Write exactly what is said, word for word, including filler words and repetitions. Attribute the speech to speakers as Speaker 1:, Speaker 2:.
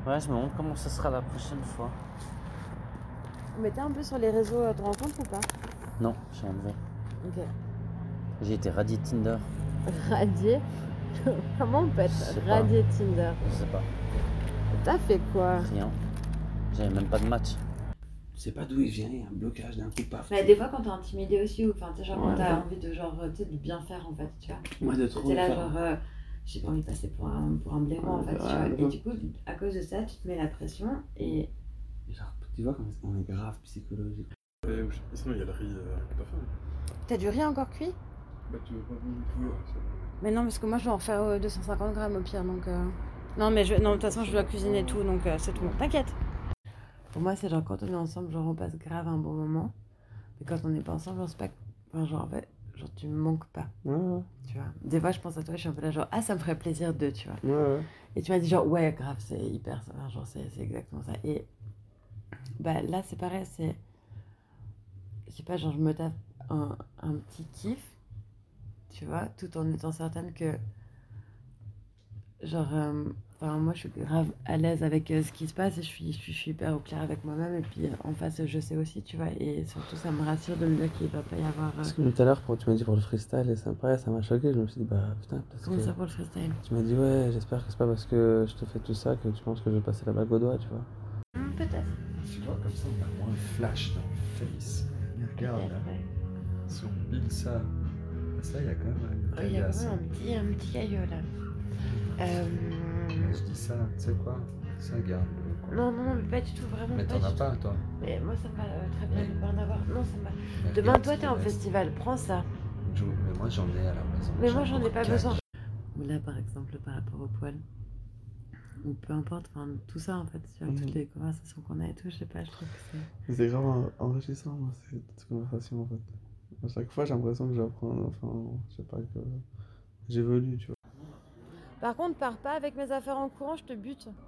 Speaker 1: Ouais, je me demande comment ça sera la prochaine fois.
Speaker 2: Mais t'es un peu sur les réseaux de rencontres ou pas?
Speaker 1: Non, j'ai enlevé.
Speaker 2: Ok.
Speaker 1: J'ai été radié Tinder.
Speaker 2: Radié? Comment on peut
Speaker 1: Je sais
Speaker 2: être
Speaker 1: pas.
Speaker 2: radié Tinder?
Speaker 1: Je sais pas.
Speaker 2: T'as fait quoi?
Speaker 1: Rien. J'avais même pas de match.
Speaker 3: Je sais pas d'où il vient, il y a un blocage d'un coup, paf.
Speaker 2: Mais des fois quand t'es intimidé aussi, ou enfin, tu sais, genre
Speaker 3: Ouais,
Speaker 2: quand t'as
Speaker 3: ouais.
Speaker 2: envie de genre, tu sais, de bien faire en fait, tu vois.
Speaker 3: Moi de trop.
Speaker 2: T'es là
Speaker 3: faire.
Speaker 2: genre, euh, j'ai pas envie de passer pour un, pour un blaireau en
Speaker 3: Ouais,
Speaker 2: fait, tu
Speaker 3: ouais,
Speaker 2: vois.
Speaker 3: ouais.
Speaker 2: Et du coup, à cause de ça, tu te mets la pression et...
Speaker 3: Et genre, tu vois, comme on est grave psychologique.
Speaker 4: Et sinon, il y a le riz euh, que t'as fait.
Speaker 2: T'as du riz encore cuit?
Speaker 4: Bah, tu veux pas vous cuire, c'est bon.
Speaker 2: Mais non, parce que moi je vais en refaire euh, deux cent cinquante grammes au pire, donc... Euh... Non, mais je... non, de toute façon, je dois cuisiner tout, donc euh, c'est tout bon. T'inquiète. Pour moi, c'est genre quand on est ensemble, genre on passe grave un bon moment. Mais quand on n'est pas ensemble, genre c'est pas... Enfin, genre en fait, genre tu me manques pas,
Speaker 3: Ouais, ouais.
Speaker 2: tu vois. Des fois, je pense à toi, je suis un peu là genre, ah, ça me ferait plaisir de, tu vois.
Speaker 3: Ouais, ouais.
Speaker 2: Et tu m'as dit genre, ouais, grave, c'est hyper ça, genre c'est c'est exactement ça. Et bah là, c'est pareil, c'est... Je sais pas, genre je me tape un, un petit kiff, tu vois, tout en étant certaine que... Genre, euh, enfin, moi je suis grave à l'aise avec euh, ce qui se passe et je suis, je suis, je suis hyper au clair avec moi-même. Et puis euh, en face, je sais aussi, tu vois. Et surtout, ça me rassure de me dire qu'il va pas y avoir. Euh...
Speaker 3: Parce que tout à l'heure, quand tu m'as dit pour le freestyle, et ça, pareil, ça m'a choqué. Je me suis dit, bah putain, parce
Speaker 2: Comment
Speaker 3: que.
Speaker 2: ça pour le freestyle?
Speaker 3: Tu m'as dit, ouais, j'espère que c'est pas parce que je te fais tout ça que tu penses que je vais passer la bague au doigt, tu vois.
Speaker 2: Hum, peut-être.
Speaker 5: Tu vois, comme ça, on a moins le flash dans le face. Regarde là,
Speaker 2: Ouais.
Speaker 5: si on pile ça, ça, il y a quand même une
Speaker 2: Oh, il y a quand
Speaker 5: caillasse.
Speaker 2: même un petit, un petit caillot là. Euh...
Speaker 5: Je dis ça, tu sais quoi? Ça garde. Quoi.
Speaker 2: Non, non, non, mais pas du tout, vraiment.
Speaker 5: Mais
Speaker 2: pas
Speaker 5: t'en
Speaker 2: du
Speaker 5: as
Speaker 2: tout.
Speaker 5: pas, toi?
Speaker 2: Mais moi, ça me va euh, très bien
Speaker 5: Mais-
Speaker 2: de pas en avoir. Non, ça me va.
Speaker 5: Mais
Speaker 2: Demain,
Speaker 5: regarde
Speaker 2: toi,
Speaker 5: ce
Speaker 2: t'es
Speaker 5: qui
Speaker 2: en
Speaker 5: reste.
Speaker 2: festival, prends ça.
Speaker 5: Jo- Mais moi, j'en ai à la maison.
Speaker 2: Mais moi, j'en ai
Speaker 5: encore
Speaker 2: pas
Speaker 5: quatre.
Speaker 2: besoin. Ou là, par exemple, par rapport au poil. Ou peu importe, enfin, tout ça en fait, sur
Speaker 3: Mhm.
Speaker 2: toutes les conversations qu'on a et tout, je sais pas, je trouve que c'est.
Speaker 3: Mais c'est grave en- enrichissant, moi, ces- cette conversation, en fait. À chaque fois, j'ai l'impression que j'apprends, enfin, je sais pas, que j'évolue, tu vois.
Speaker 2: Par contre, pars pas avec mes affaires en courant, je te bute.